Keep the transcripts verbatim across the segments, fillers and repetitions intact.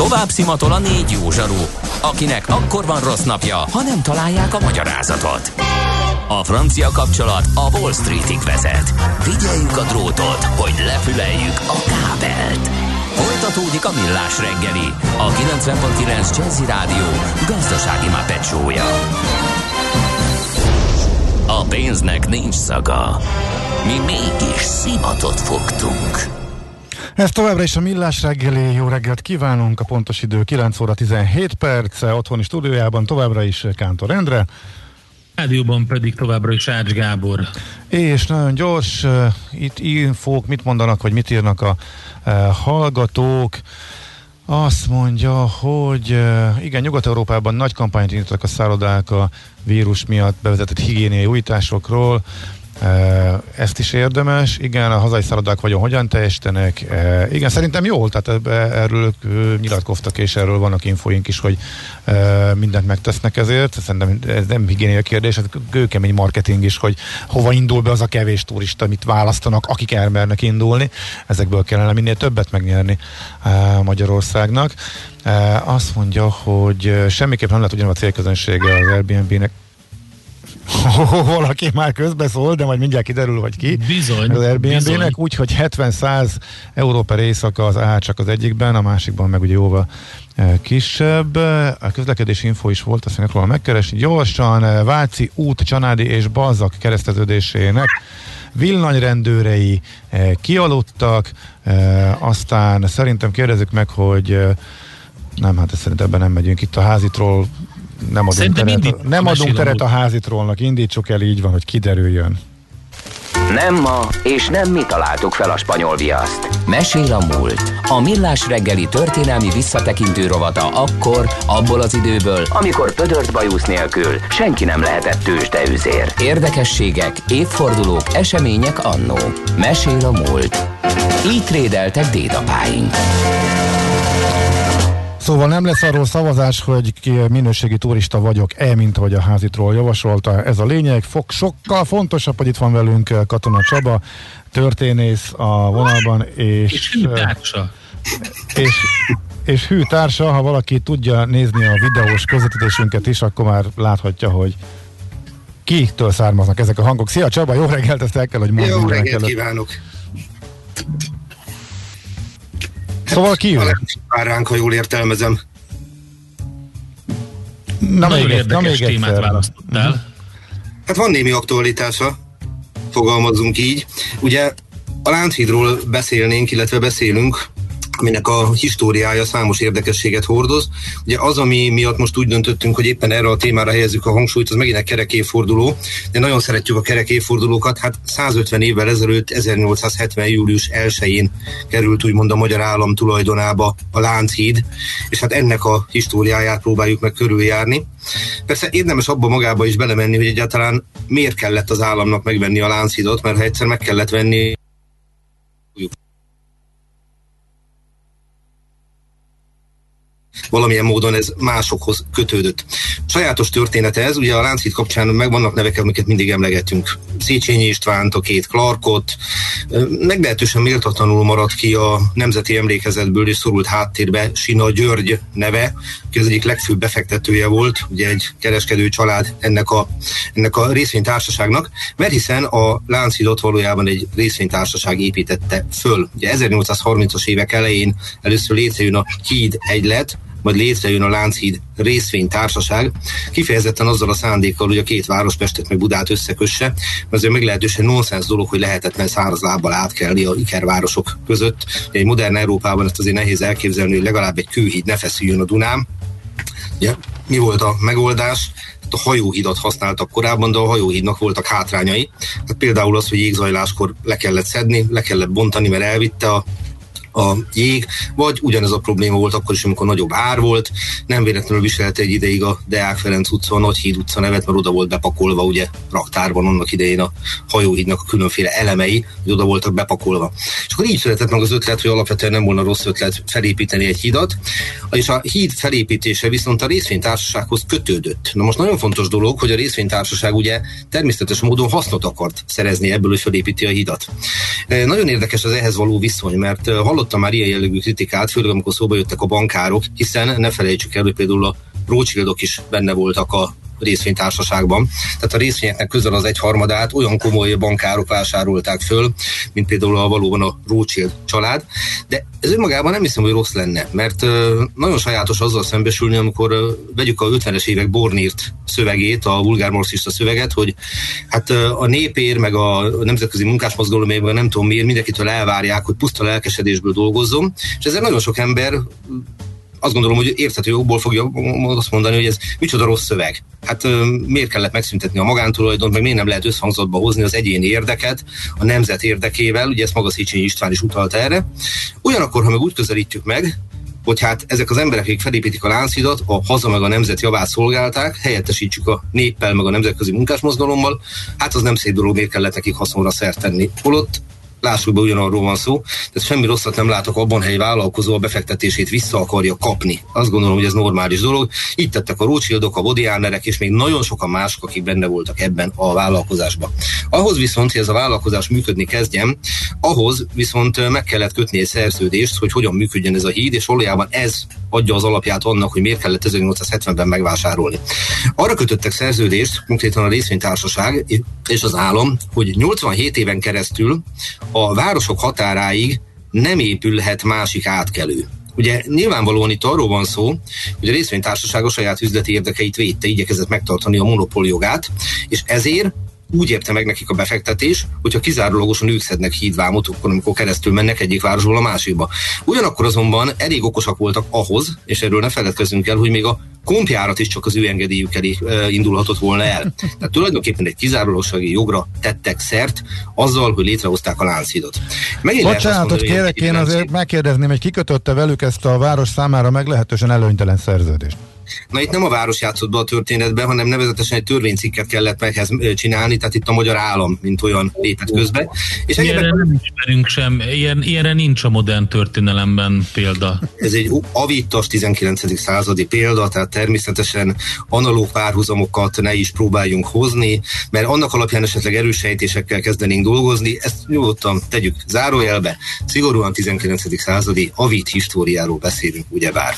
Tovább szimatol a négy jó zsaru, akinek akkor van rossz napja, ha nem találják a magyarázatot. A francia kapcsolat a Wall Streetig vezet. Figyeljük a drótot, hogy lefüleljük a kábelt. Folytatódik a Millás reggeli, a kilencven pont kilenc Jazzy Rádió gazdasági mápecsója. A pénznek nincs szaga. Mi mégis szimatot fogtunk. Ez továbbra is a Millás reggeli, jó reggelt kívánunk, a pontos idő kilenc óra tizenhét perc, otthoni stúdiójában továbbra is Kántor Endre. Rádióban pedig továbbra is Ács Gábor. És nagyon gyors, uh, itt infók, mit mondanak, vagy mit írnak a uh, hallgatók. Azt mondja, hogy uh, igen, Nyugat-Európában nagy kampányt indítottak a szállodák a vírus miatt bevezetett higiéniai újításokról. Uh, ezt is érdemes. Igen, a hazai szállodák vagyon hogyan teljesítenek. Uh, igen, szerintem jól, tehát erről uh, nyilatkoztak, és erről vannak infóink is, hogy uh, mindent megtesznek ezért. Szerintem ez nem higiénia kérdés, ez kőkemény marketing is, hogy hova indul be az a kevés turista, mit választanak, akik elmernek indulni. Ezekből kellene minél többet megnyerni uh, Magyarországnak. Uh, azt mondja, hogy semmiképp nem lehet ugyanaz a célközönsége az Airbnb-nek. Valaki már közbeszól, de majd mindjárt kiderül, hogy ki. Bizony. Az Airbnb-nek, úgyhogy hetven-száz euró per éjszaka az ár csak az egyikben, a másikban meg ugye jóval e, kisebb. A közlekedési info is volt, azt mondjuk róla megkeresni. Gyorsan, Váci út, Csanádi és Balzak kereszteződésének villanyrendőrei e, kialudtak, e, aztán szerintem kérdezzük meg, hogy e, nem, hát szerintem ebben nem megyünk, itt a házitról nem adunk teret, a, nem adunk teret a házitrollnak, indítsuk el, így van, hogy kiderüljön. Nem ma, és nem mi találtuk fel a spanyol viaszt. Mesél a múlt. A Millás reggeli történelmi visszatekintő rovata akkor, abból az időből, amikor pödört bajusz nélkül senki nem lehetett tőzsdeüzér. Érdekességek, évfordulók, események annó. Mesél a múlt. Így trédeltek dédapáink. Szóval nem lesz arról szavazás, hogy minőségi turista vagyok-e, mint ahogy a házitról javasolta. Ez a lényeg. Fog, sokkal fontosabb, hogy itt van velünk Katona Csaba, történész a vonalban, és, és hűtársa. És, és hűtársa, ha valaki tudja nézni a videós közvetítésünket is, akkor már láthatja, hogy kitől származnak ezek a hangok. Szia Csaba, jó reggelt, ezt el kell, hogy mondjam. Jó reggelt kívánok! Szóval ki jön? Vár ránk, ha jól értelmezem. Na, nagyon még érdekes na, még témát egyszer. választottál. Uh-huh. Hát van némi aktualitása, fogalmazzunk így. Ugye a Lánchídról beszélnénk, illetve beszélünk, aminek a históriája számos érdekességet hordoz. Ugye az, ami miatt most úgy döntöttünk, hogy éppen erre a témára helyezzük a hangsúlyt, az megint egy kerek évforduló, de nagyon szeretjük a kerek évfordulókat. Hát százötven évvel ezelőtt, ezernyolcszázhetven. július elsején került úgymond a magyar állam tulajdonába a Lánchíd, és hát ennek a históriáját próbáljuk meg körüljárni. Persze érdemes abba magába is belemenni, hogy egyáltalán miért kellett az államnak megvenni a Lánchídot, mert ha egyszer meg kellett venni, valamilyen módon ez másokhoz kötődött. Sajátos története ez, ugye a Lánchíd kapcsán meg vannak nevek, amiket mindig emlegetünk. Széchenyi Istvánt, a két Clarkot, meglehetősen méltatlanul maradt ki a nemzeti emlékezetből és szorult háttérbe Sina György neve, aki az egyik legfőbb befektetője volt, ugye egy kereskedő család ennek a, ennek a részvénytársaságnak, mert hiszen a Lánchídot valójában egy részvénytársaság építette föl. Ugye ezernyolcszázharmincas évek elején először létrejön a Híd Egylet, majd létrejön a Lánchíd részvénytársaság, kifejezetten azzal a szándékkal, hogy a két város, Pestet meg Budát összekösse, mert azért meglehetősen nonsens dolog, hogy lehetetlen száraz lábbal átkelni a ikervárosok között. Egy modern Európában ezt azért nehéz elképzelni, hogy legalább egy kőhíd ne feszüljön a Dunán. Ugye, mi volt a megoldás? A hajóhídat használtak korábban, de a hajóhídnak voltak hátrányai. Hát például az, hogy jégzajláskor le kellett szedni, le kellett bontani, mert elvitte a a jég, vagy ugyanez a probléma volt akkor is, amikor nagyobb ár volt, nem véletlenül viselte egy ideig a Deák Ferenc utca, a Nagyhíd utca nevet, mert oda volt bepakolva, ugye raktárban annak idején a hajóhídnak a különféle elemei, hogy oda voltak bepakolva. És akkor így született meg az ötlet, hogy alapvetően nem volna rossz ötlet felépíteni egy hídat, és a híd felépítése viszont a részvénytársasághoz kötődött. Na most nagyon fontos dolog, hogy a részvénytársaság ugye természetes módon hasznot akart szerezni ebből, hogy felépíti a hídat. Nagyon érdekes az ehhez való viszony, mert hallott hallottam már ilyen jellegű kritikát, főleg amikor szóba jöttek a bankárok, hiszen ne felejtsük el, hogy például a Rothschildok is benne voltak a részvénytársaságban. Tehát a részvényeknek közel az egyharmadát olyan komoly bankárok vásárolták föl, mint például a valóban a Rothschild család. De ez önmagában nem hiszem, hogy rossz lenne, mert uh, nagyon sajátos azzal szembesülni, amikor uh, vegyük a ötvenes évek Bornírt szövegét, a vulgármarxista szöveget, hogy hát uh, a népér, meg a nemzetközi munkásmozgalom, meg nem tudom miért, mindenkitől elvárják, hogy puszta lelkesedésből dolgozzon, és ezzel nagyon sok ember azt gondolom, hogy érthető jogból fogja azt mondani, hogy ez micsoda rossz szöveg. Hát miért kellett megszüntetni a magántulajdont, meg miért nem lehet összhangzatba hozni az egyéni érdeket a nemzet érdekével, ugye ezt maga Széchenyi István is utalt erre. Ugyanakkor, ha meg úgy közelítjük meg, hogy hát ezek az emberek, akik felépítik a Lánchidat, a haza meg a nemzet javát szolgálták, helyettesítsük a néppel meg a nemzetközi munkásmozgalommal, hát az nem szép dolog, miért kellett nekik haszonra szert tenni. Holott lássuk be, ugyanarról van szó, tehát semmi rosszat nem látok abban, hogy egy vállalkozó a befektetését vissza akarja kapni. Azt gondolom, hogy ez normális dolog. Itt tettek a Rothschildok, a Bodiánerek, és még nagyon sokan mások, akik benne voltak ebben a vállalkozásban. Ahhoz viszont, hogy ez a vállalkozás működni kezdjen, ahhoz viszont meg kellett kötni egy szerződést, hogy hogyan működjön ez a híd, és valójában ez adja az alapját annak, hogy miért kellett ezernyolcszázhetvenben megvásárolni. Arra kötöttek szerződést, konkrétan a részvénytársaság és az állam, hogy nyolcvanhét éven keresztül a városok határáig nem épülhet másik átkelő. Ugye nyilvánvalóan itt arról van szó, hogy a részvénytársaság a saját üzleti érdekeit védte, igyekezett megtartani a monopóljogát, és ezért úgy érte meg nekik a befektetés, hogyha kizárólagosan ők szednek hídvámot, akkor amikor keresztül mennek egyik városból a másikba. Ugyanakkor azonban elég okosak voltak ahhoz, és erről ne feledkezzünk el, hogy még a kompjárat is csak az ő engedélyük elé indulhatott volna el. Tehát tulajdonképpen egy kizárólagossági jogra tettek szert azzal, hogy létrehozták a Lánchidat. Bocsánatot kérek, én azért megkérdezném, hogy ki kötötte velük ezt a város számára meglehetősen előnytelen szerződést? Na itt nem a város játszott be a történetben, hanem nevezetesen egy törvénycikket kellett meghez csinálni, tehát itt a magyar állam, mint olyan lépett közbe. És ilyenre nem ismerünk sem, ilyen, ilyenre nincs a modern történelemben példa. Ez egy avittas tizenkilencedik századi példa, tehát természetesen analóg párhuzamokat ne is próbáljunk hozni, mert annak alapján esetleg erős sejtésekkel kezdenénk dolgozni, ezt nyugodtan tegyük zárójelbe, szigorúan tizenkilencedik századi avit históriáról beszélünk, ugyebár.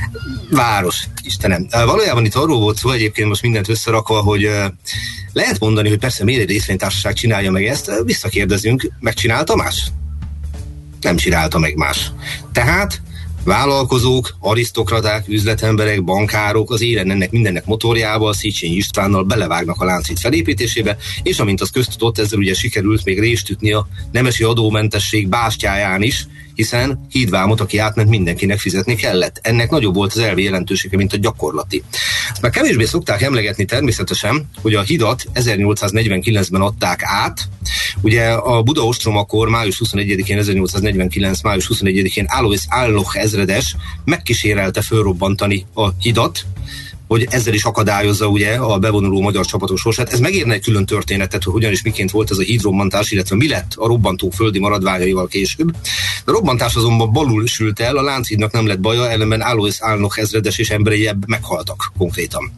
Város. Istenem. Valójában itt arról volt szó, egyébként most mindent összerakva, hogy uh, lehet mondani, hogy persze miért egy részvénytársaság csinálja meg ezt, visszakérdezünk, megcsinálta más? Nem csinálta meg más. Tehát vállalkozók, arisztokraták, üzletemberek, bankárok az élen ennek mindennek motorjával, Széchenyi Istvánnal belevágnak a Lánchíd felépítésébe, és amint az köztudott, ezzel ugye sikerült még rést ütni a nemesi adómentesség bástyáján is, hiszen hídvámot, aki átment, mindenkinek fizetni kellett. Ennek nagyobb volt az elvi jelentősége, mint a gyakorlati. Már kevésbé szokták emlegetni természetesen, hogy a hidat ezernyolcszáznegyvenkilencben adták át. Ugye a Buda ostrom akkor május huszonegyedikén, ezernyolcszáznegyvenkilenc. május huszonegyedikén Alois Alloch ezredes megkísérelte fölrobbantani a hidat, hogy ezzel is akadályozza ugye a bevonuló magyar csapatok sorsát. Ez megérne egy külön történetet, hogy hogyan és miként volt ez a hídrobbantás, illetve mi lett a robbantók földi maradványaival később. A robbantás azonban balul sült el, a Lánchídnak nem lett baja, ellenben Alois Alloch ezredes és emberei meghaltak konkrétan.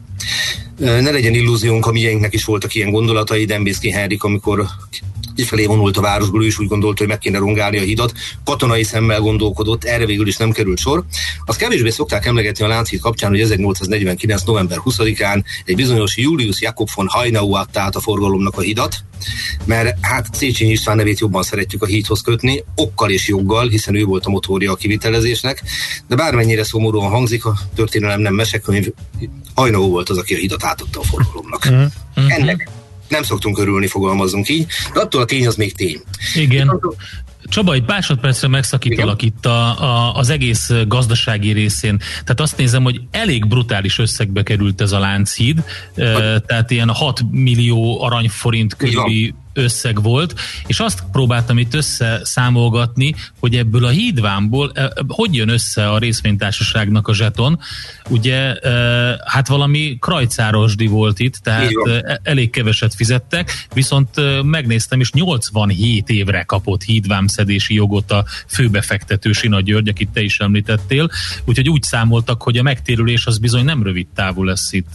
Ne legyen illúziónk, a miénknek is voltak ilyen gondolatai, Dembészki Henrik, amikor kifelé vonult a városból, ő is úgy gondolta, hogy meg kéne rongálni a hidat, katonai szemmel gondolkodott, erre végül is nem került sor. Azt kevésbé szokták emlegetni a Lánchíd kapcsán, hogy ezernyolcszáznegyvenkilenc. november huszadikán egy bizonyos Julius Jakob von Haynau adta át a forgalomnak a hidat, mert hát Széchenyi István nevét jobban szeretjük a hídhoz kötni, okkal és joggal, hiszen ő volt a motorja a kivitelezésnek, de bármennyire szomorúan hangzik, a történelem nem mesekönyv, Haynau volt az, aki a hidat átadta a forgalomnak. Mm-hmm. Ennek nem szoktunk örülni, fogalmazzunk így, de attól a tény az még tény. Igen. Csaba, egy másodpercre megszakítalak itt a, a, az egész gazdasági részén. Tehát azt nézem, hogy elég brutális összegbe került ez a Lánchíd, e, tehát ilyen hat millió aranyforint körüli összeg volt, és azt próbáltam itt összeszámolgatni, hogy ebből a hídvámból eh, hogy jön össze a részvénytársaságnak a zseton. Ugye, eh, hát valami krajcárosdi volt itt, tehát eh, elég keveset fizettek, viszont eh, megnéztem, és nyolcvanhét évre kapott hídvámszedési jogot a főbefektető Sina György, akit te is említettél, úgyhogy úgy számoltak, hogy a megtérülés az bizony nem rövid távú lesz itt.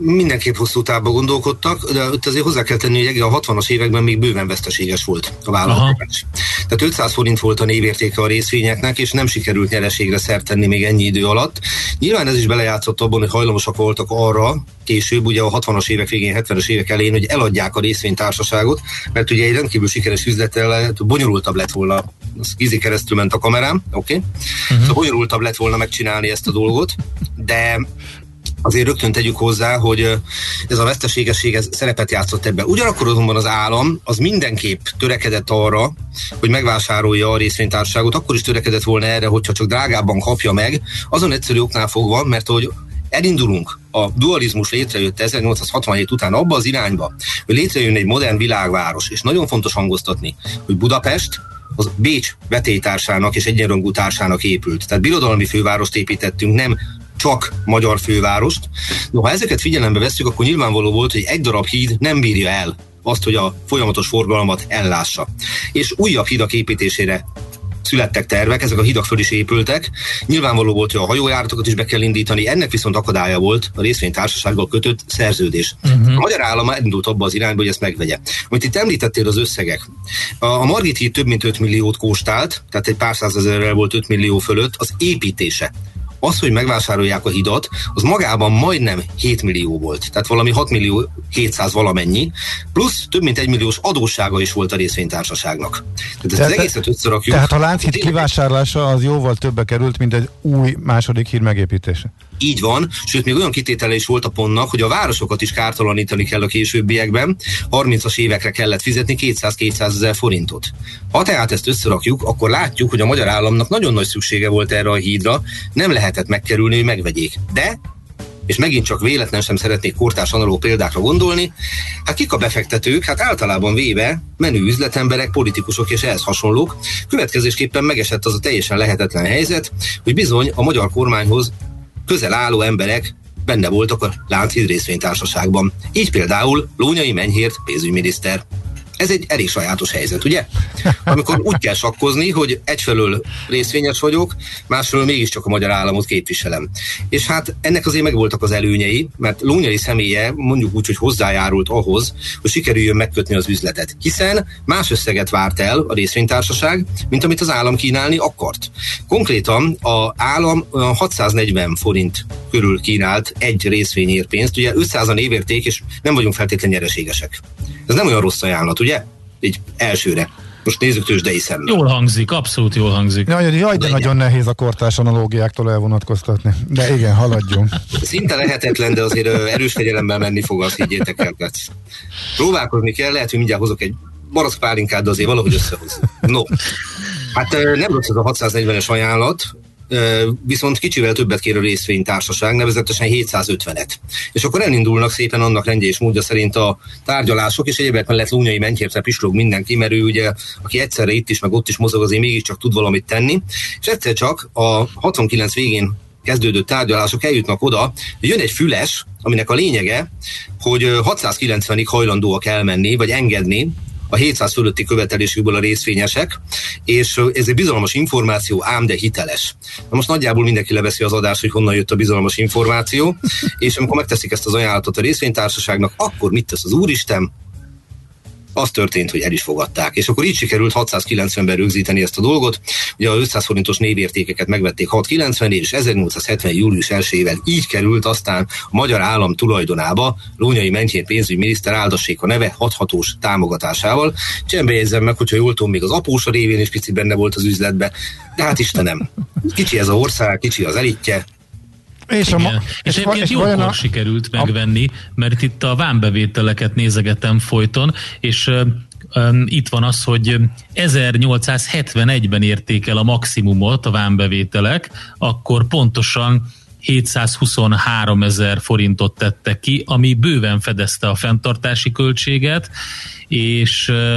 mindenképp hosszú távban gondolkodtak, de ott azért hozzá kell tenni, hogy a hatvanas években még bőven veszteséges volt a vállalkozás. Tehát ötszáz forint volt a névértéke a részvényeknek, és nem sikerült nyereségre szert tenni még ennyi idő alatt. Nyilván ez is belejátszott abban, hogy hajlamosak voltak arra, később, ugye a hatvanas évek végén, hetvenes évek elején, hogy eladják a részvénytársaságot, mert ugye egy rendkívül sikeres üzlettel lehet, bonyolultabb lett volna, az Gizi keresztül ment a kamerám, oké? Okay? Uh-huh. Szóval bonyolultabb lett volna megcsinálni ezt a dolgot, de azért rögtön tegyük hozzá, hogy ez a veszteségesség ez szerepet játszott ebben. Ugyanakkor azonban az állam az mindenképp törekedett arra, hogy megvásárolja a részvénytársaságot, akkor is törekedett volna erre, hogyha csak drágábban kapja meg, azon egyszerű oknál fogva, mert hogy elindulunk, a dualizmus létrejött ezernyolcszázhatvanhét után abba az irányba, hogy létrejön egy modern világváros, és nagyon fontos hangoztatni, hogy Budapest az Bécs vetélytársának és egyenrangú társának épült. Tehát birodalmi fővárost építettünk, nem csak magyar fővárost. No, ha ezeket figyelembe vesszük, akkor nyilvánvaló volt, hogy egy darab híd nem bírja el azt, hogy a folyamatos forgalmat ellássa. És újabb hidak építésére születtek tervek, ezek a hidak föl is épültek. Nyilvánvaló volt, hogy a hajójáratokat is be kell indítani, ennek viszont akadálya volt a részvénytársasággal kötött szerződés. Uh-huh. A magyar állam elindult abba az irányba, hogy ezt megvegye. Amit itt említettél az összegek. A Margit híd több mint öt milliót kóstált, tehát egy pár százezerrel volt öt millió fölött, az építése. Az, hogy megvásárolják a hidat, az magában majdnem hét millió volt. Tehát valami hat millió hétszáz valamennyi, plusz több mint egy milliós adóssága is volt a részvénytársaságnak. Tehát ezt tehát, az egészet összerakjuk. Tehát a Lánchíd kivásárlása az jóval többe került, mint egy új második híd megépítése. Így van, sőt még olyan kitétele is volt a pontnak, hogy a városokat is kártalanítani kell a későbbiekben, harmincas évekre kellett fizetni kétszáz-kétszázezer forintot. Ha tehát ezt összerakjuk, akkor látjuk, hogy a magyar államnak nagyon nagy szüksége volt erre a hídra, nem lehetett megkerülni, hogy megvegyék. De, és megint csak véletlen sem szeretnék kortárs analóg példákra gondolni, hát kik a befektetők? Hát általában véve menő üzletemberek, politikusok és ehhez hasonlók. Következésképpen megesett az a teljesen lehetetlen helyzet, hogy bizony a magyar kormányhoz közel álló emberek benne voltak a Lánchíd részvénytársaságban. Így például Lónyay Menyhért pénzügyminiszter. Ez egy elég sajátos helyzet, ugye? Amikor úgy kell sakkozni, hogy egyfelől részvényes vagyok, másfelől mégiscsak a magyar államot képviselem. És hát ennek azért megvoltak az előnyei, mert Lónyay személye mondjuk úgy, hogy hozzájárult ahhoz, hogy sikerüljön megkötni az üzletet. Hiszen más összeget várt el a részvénytársaság, mint amit az állam kínálni akart. Konkrétan az állam hatszáznegyven forint körül kínált egy részvényért pénzt, ugye ötszáz a névérték, és nem vagyunk feltétlenül nyereségesek. Ez nem olyan rossz ajánlat, ugye? Így elsőre. Most nézzük tőzsdei szemmel. Jól hangzik, abszolút jól hangzik. Jaj, jaj de nagyon nehéz a kortárs analógiáktól elvonatkoztatni. De igen, haladjunk. Szinte lehetetlen, de azért erős fegyelemmel menni fog, azt higgyétek el. Próbálkozni kell, lehet, hogy mindjárt hozok egy barackpálinkát, de azért valahogy összehozzuk. No, hát nem rossz ez a hatszáznegyvenes ajánlat, viszont kicsivel többet kér a részvénytársaság, nevezetesen hétszázötvenet. És akkor elindulnak szépen annak rendje és módja szerint a tárgyalások, és egyébként mellett Lónyay Menyhértre pislog mindenki, mert ő ugye, aki egyszerre itt is, meg ott is mozog, azért mégiscsak tud valamit tenni, és egyszer csak a hatvankilenc végén kezdődő tárgyalások eljutnak oda, hogy jön egy füles, aminek a lényege, hogy hatszázkilencvenig hajlandóak elmenni, vagy engedni a hétszáz fölötti követelésükből a részvényesek, és ez egy bizalmas információ, ám de hiteles. Na most nagyjából mindenki leveszi az adást, hogy honnan jött a bizalmas információ, és amikor megteszik ezt az ajánlatot a részvénytársaságnak, akkor mit tesz az Úristen? Az történt, hogy el is fogadták. És akkor így sikerült hatszázkilencvenben rögzíteni ezt a dolgot. Ugye a ötszáz forintos névértékeket megvették hatszázkilencven, és ezernyolcszázhetven. július elsejével így került aztán a magyar állam tulajdonába Lónyay Menyhér pénzügyminiszter, áldassék a neve, hathatós támogatásával. Csembe jegyzem meg, hogyha jól tudom, még az apósa révén is picit benne volt az üzletbe, de hát Istenem, kicsi ez a ország, kicsi az elitje. És, a ma- és, és egyébként jókor a... sikerült megvenni, mert itt a vámbevételeket nézegetem folyton, és uh, um, itt van az, hogy ezernyolcszázhetvenegyben érték el a maximumot a vámbevételek, akkor pontosan hétszázhuszonháromezer forintot tettek ki, ami bőven fedezte a fenntartási költséget, és uh,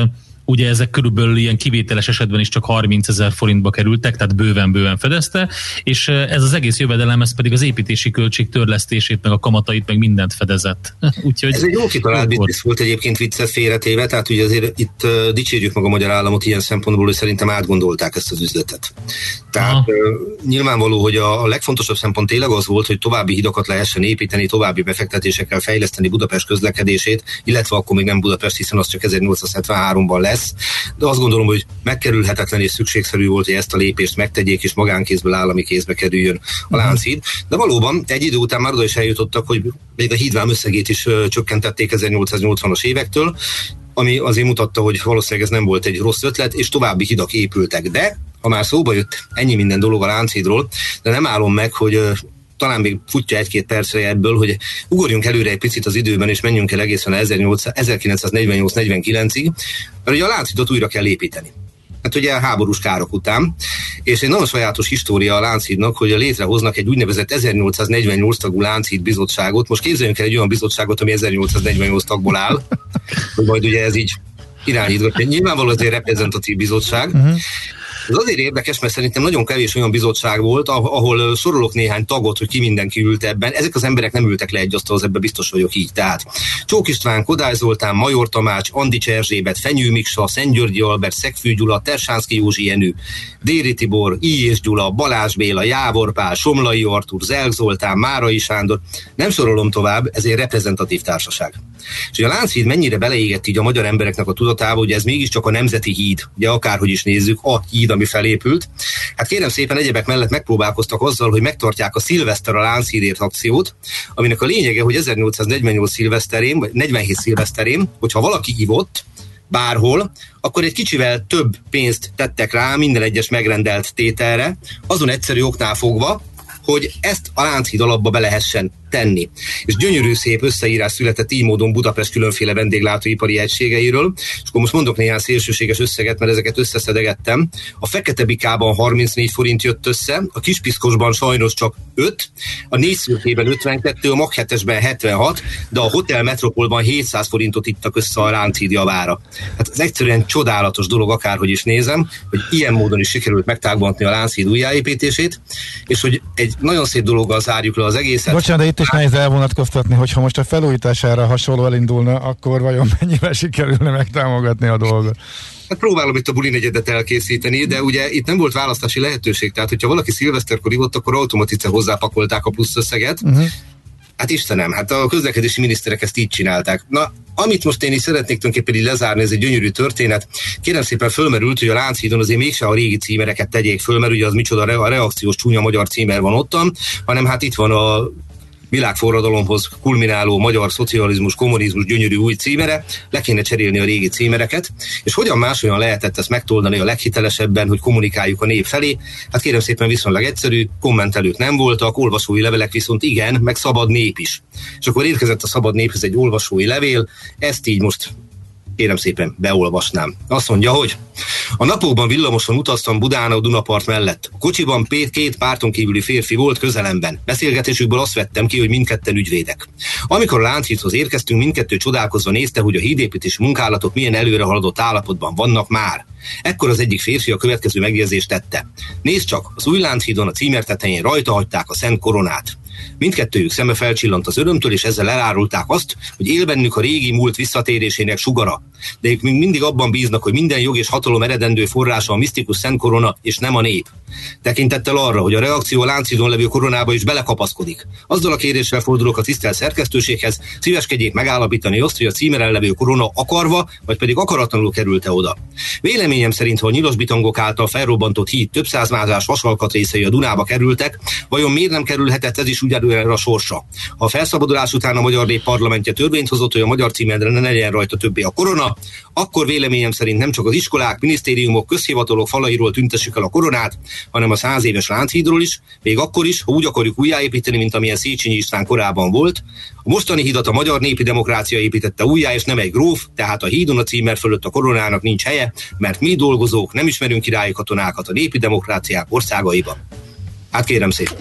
ugye ezek körülbelül ilyen kivételes esetben is csak harmincezer forintba kerültek, tehát bőven-bőven fedezte, és ez az egész jövedelem, ez pedig az építési költség törlesztését, meg a kamatait, meg mindent fedezett. Úgyhogy ez egy jó kitalált biznisz volt egyébként, viccet félretéve, tehát ugye azért itt uh, dicsérjük meg a magyar államot ilyen szempontból, hogy szerintem átgondolták ezt az üzletet. Tehát uh, nyilvánvaló, hogy a, a legfontosabb szempont tényleg az volt, hogy további hidakat lehessen építeni, további befektetésekkel fejleszteni Budapest közlekedését, illetve akkor még nem Budapest, hiszen az csak ezernyolcszázhetvenháromban lesz. De azt gondolom, hogy megkerülhetetlen és szükségszerű volt, hogy ezt a lépést megtegyék, és magánkézből állami kézbe kerüljön a Lánchíd. De valóban egy idő után már oda is eljutottak, hogy még a hídvám összegét is uh, csökkentették ezernyolcszáznyolcvanas évektől, ami azért mutatta, hogy valószínűleg ez nem volt egy rossz ötlet, és további hidak épültek. De ha már szóba jött ennyi minden dolog a Lánchídról, de nem állom meg, hogy uh, talán még futja egy-két percre ebből, hogy ugorjunk előre egy picit az időben, és menjünk el egészen ezerkilencszáznegyvennyolc negyvenkilencig, mert ugye a Lánchídot újra kell építeni. Hát ugye a háborús károk után, és egy nagyon sajátos história a Lánchídnak, hogy létrehoznak egy úgynevezett ezernyolcszáznegyvennyolc tagú Lánchíd bizottságot. Most képzeljünk el egy olyan bizottságot, ami ezernyolcszáznegyvennyolc tagból áll, hogy majd ugye ez így irányítgatja. Nyilvánvalóan ez egy reprezentatív bizottság. Uh-huh. Ez azért érdekes, mert szerintem nagyon kevés olyan bizottság volt, ahol sorolok néhány tagot, hogy ki mindenki ült ebben. Ezek az emberek nem ültek le egy asztalhoz, ebben biztos vagyok így. Tehát Csók István, Kodály Zoltán, Major Tamács, Andics Erzsébet, Fenyő Miksa, Szentgyörgyi Albert, Szegfű Gyula, Tersánszky Józsi Jenő, Déri Tibor, Illyés Gyula, Balázs Béla, Jávor Pál, Somlai Artúr, Zelk Zoltán, Márai Sándor. Nem sorolom tovább, ez egy reprezentatív társaság. És a Lánchíd mennyire beleégett így a magyar embereknek a tudatába, hogy ez mégiscsak a nemzeti híd, ugye akárhogy is nézzük, a híd, ami felépült. Hát kérem szépen, egyebek mellett megpróbálkoztak azzal, hogy megtartják a Szilveszter a Lánchídért akciót, aminek a lényege, hogy ezernyolcszáznegyvennyolc szilveszterén, vagy negyvenhét szilveszterén, hogyha valaki ivott bárhol, akkor egy kicsivel több pénzt tettek rá minden egyes megrendelt tételre, azon egyszerű oknál fogva, hogy ezt a Lánchíd alapba be lehessen tenni. És gyönyörű szép összeírás született így módon Budapest különféle vendéglátóipari egységeiről, és akkor most mondok néhány szélsőséges összeget, mert ezeket összeszedegettem. A Fekete Bikában harmincnégy forint jött össze, a Kispiszkosban sajnos csak öt, a Négyszürkében ötvenkettő, a Mag hetesben hetvenhat, de a Hotel Metropolban hétszáz forintot ittak össze a Lánchíd javára. Hát ez egyszerűen csodálatos dolog, akárhogy is nézem, hogy ilyen módon is sikerült megtámogatni a Lánchíd újjáépítését, és hogy egy nagyon szép dologgal zárjuk le az egészet. Bocsánat, de itt is nehéz elvonatkoztatni, hogyha most a felújítására hasonló elindulna, akkor vajon mennyivel sikerülne megtámogatni a dolgot? Hát próbálom itt a buli negyedet elkészíteni, de ugye itt nem volt választási lehetőség, tehát hogyha valaki szilveszterkor ivott, akkor automatice hozzápakolták a plusz összeget. Uh-huh. Hát Istenem, hát a közlekedési miniszterek ezt így csinálták. Na, amit most én is szeretnék tulajdonképpen így lezárni, ez egy gyönyörű történet. Kérem szépen fölmerült, hogy a Lánchídon azért mégse a régi címereket tegyék föl, mert ugye az micsoda a reakciós csúnya magyar címer van ottan, hanem hát itt van a világforradalomhoz kulmináló magyar szocializmus, kommunizmus gyönyörű új címere, le kéne cserélni a régi címereket, és hogyan máshogyan lehetett ezt megtoldani a leghitelesebben, hogy kommunikáljuk a nép felé? Hát kérem szépen viszonylag egyszerű, kommentelők nem voltak, olvasói levelek viszont igen, meg szabad nép is. És akkor érkezett a szabad néphez egy olvasói levél, ezt így most kérem szépen beolvasnám. Azt mondja, hogy a napokban villamoson utaztam Budán a Dunapart mellett. A kocsiban két párton kívüli férfi volt közelemben. Beszélgetésükből azt vettem ki, hogy mindketten ügyvédek. Amikor a Lánchídhoz érkeztünk, mindkettő csodálkozva nézte, hogy a hídépítési munkálatok milyen előre haladott állapotban vannak már. Ekkor az egyik férfi a következő megjegyzést tette. Nézd csak, az új Lánchídon a címer tetején rajta hagyták a Szent Koronát. Mindkettőjük szeme felcsillant az örömtől, és ezzel elárulták azt, hogy él bennük a régi múlt visszatérésének sugara. De ők még mindig abban bíznak, hogy minden jog és hatalom eredendő forrása a misztikus Szent Korona, és nem a nép. Tekintettel arra, hogy a reakció a Lánchídon levő koronába is belekapaszkodik. Azzal a kéréssel fordulok a tisztelt szerkesztőséghez, szíveskedjék megállapítani azt, hogy a címeren levő korona akarva, vagy pedig akaratlanul került-e oda. Véleményem szerint, ha a nyilasbitangok által felrobbantott híd több százmázás vasalkatrészei a Dunába kerültek, vajon miért nem kerülhetett ez is ugyanolyan a sorsa? Ha a felszabadulás után a Magyar Nép parlamentje törvényt hozott, hogy a magyar címerre ne legyen rajta többé a korona, akkor véleményem szerint nem csak az iskolák, minisztériumok, közhivatalok falairól tüntessük el a koronát, hanem a száz éves Lánchídról is, még akkor is, ha úgy akarjuk újjáépíteni, mint amilyen Széchenyi István korábban volt. A mostani hidat a magyar népi demokrácia építette újjá, és nem egy gróf, tehát a hídon a címer fölött a koronának nincs helye, mert mi dolgozók nem ismerünk királyi katonákat a népi demokráciák országaiban. Hát kérem szépen.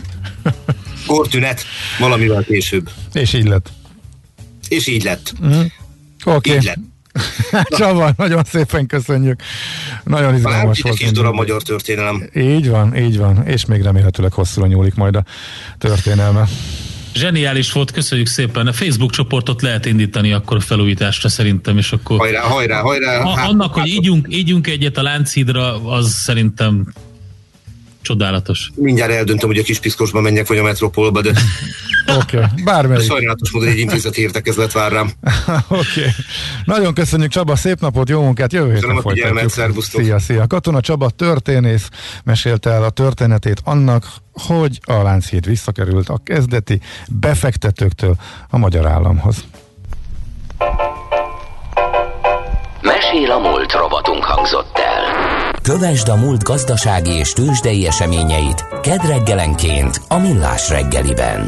Kortünet valamivel később. És így lett. És így lett. Mm. Oké. Okay. Csaba, nagyon szépen köszönjük. Nagyon izgalmas volt. Egy kis darab magyar történelem. Így van, így van. És még remélhetőleg hosszúra nyúlik majd a történelme. Zseniális volt, köszönjük szépen. A Facebook csoportot lehet indítani akkor a felújításra szerintem, és akkor... Hajrá, hajrá, hajrá! A, hát, annak, hát, hogy ígyunk, ígyunk egyet a Lánchídra, az szerintem csodálatos. Mindjárt eldöntöm, hogy a Kispiszkosba menjek, vagy a Metropolba, de... Oké, okay. Bármelyik. Sajnálatos módon egy intézeti értekezlet vár rám. Oké. Okay. Nagyon köszönjük, Csaba, szép napot, jó munkát, jövő héten folytatjuk. Szia, szia. Katona Csaba történész mesélte el a történetét annak, hogy a Lánchíd visszakerült a kezdeti befektetőktől a magyar államhoz. Mesél a múlt robotunk hangzott el. Kövesd a múlt gazdasági és tőzsdei eseményeit kedd reggelenként a Millás reggeliben.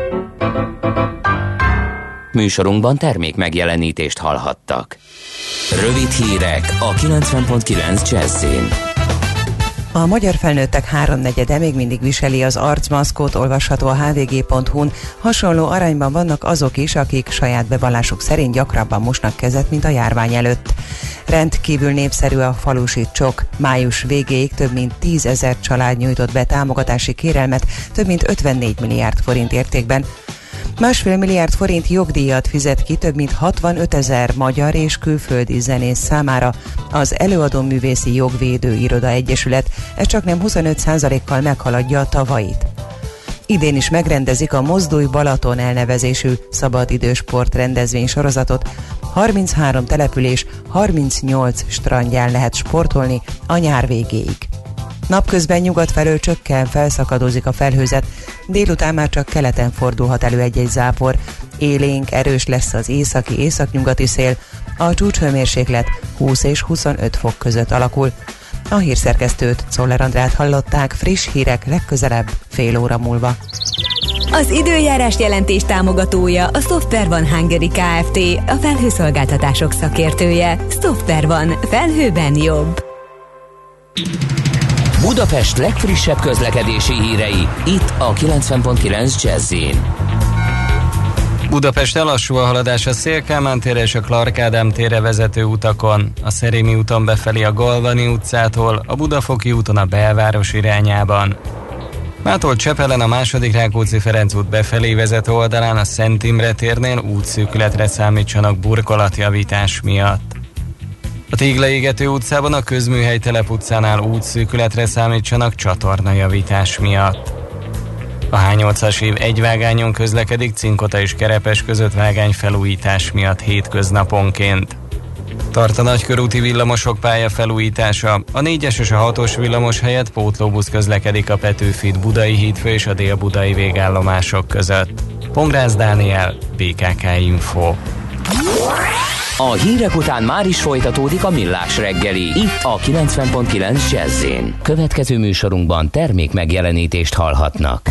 Műsorunkban termék megjelenítést hallhattak. Rövid hírek a kilencven pont kilenc Jazzin. A magyar felnőttek háromnegyede még mindig viseli az arcmaszkot, olvasható a há vé gé pont hu-n. Hasonló arányban vannak azok is, akik saját bevallásuk szerint gyakrabban mosnak kezet, mint a járvány előtt. Rendkívül népszerű a falusi csok. Május végéig több mint tízezer család nyújtott be támogatási kérelmet, több mint ötvennégy milliárd forint értékben. Másfél milliárd forint jogdíjat fizet ki több mint hatvanötezer magyar és külföldi zenész számára az Előadó Művészi Jogvédő Iroda Egyesület, ez csaknem huszonöt százalékkal meghaladja a tavait. Idén is megrendezik a Mozdulj Balaton elnevezésű szabadidős sportrendezvény sorozatot. harminchárom település, harmincnyolc strandján lehet sportolni a nyár végéig. Napközben nyugat felől csökken, felszakadozik a felhőzet, délután már csak keleten fordulhat elő egy-egy zápor. Élénk, erős lesz az északi északnyugati szél, a csúcshőmérséklet húsz és huszonöt fok között alakul. A hírszerkesztőt, Czoller Andrát hallották, friss hírek legközelebb fél óra múlva. Az időjárás jelentés támogatója a Software One Hungary Kft., a felhőszolgáltatások szakértője. Software One. Felhőben jobb. Budapest legfrissebb közlekedési hírei, itt a kilencven pont kilenc Jazzin. Budapesten lassú a haladás a Széll-Kálmán térre és a Clark Ádám térre vezető utakon, a Szerémi úton befelé a Galvani utcától, a Budafoki úton a belváros irányában. Mától Csepelen a második Rákóczi-Ferenc út befelé vezető oldalán a Szent Imre térnél útszűkületre számítsanak burkolatjavítás miatt. A Téglaégető utcában a Közműhely Telep utcánál útszűkületre számítsanak csatornajavítás miatt. A há nyolcas év egy vágányon közlekedik Cinkota és Kerepes között vágányfelújítás miatt hétköznaponként. Tart a nagykörúti villamosok pályafelújítása, a négyes és a hatos villamos helyett pótlóbusz közlekedik a Petőfi Budai hídfő és a dél-budai végállomások között. Pongrász Dániel, bé ká ká Info. A hírek után már is folytatódik a Millás reggeli, itt a kilencven pont kilenc Jazzin. Következő műsorunkban termék megjelenítést hallhatnak.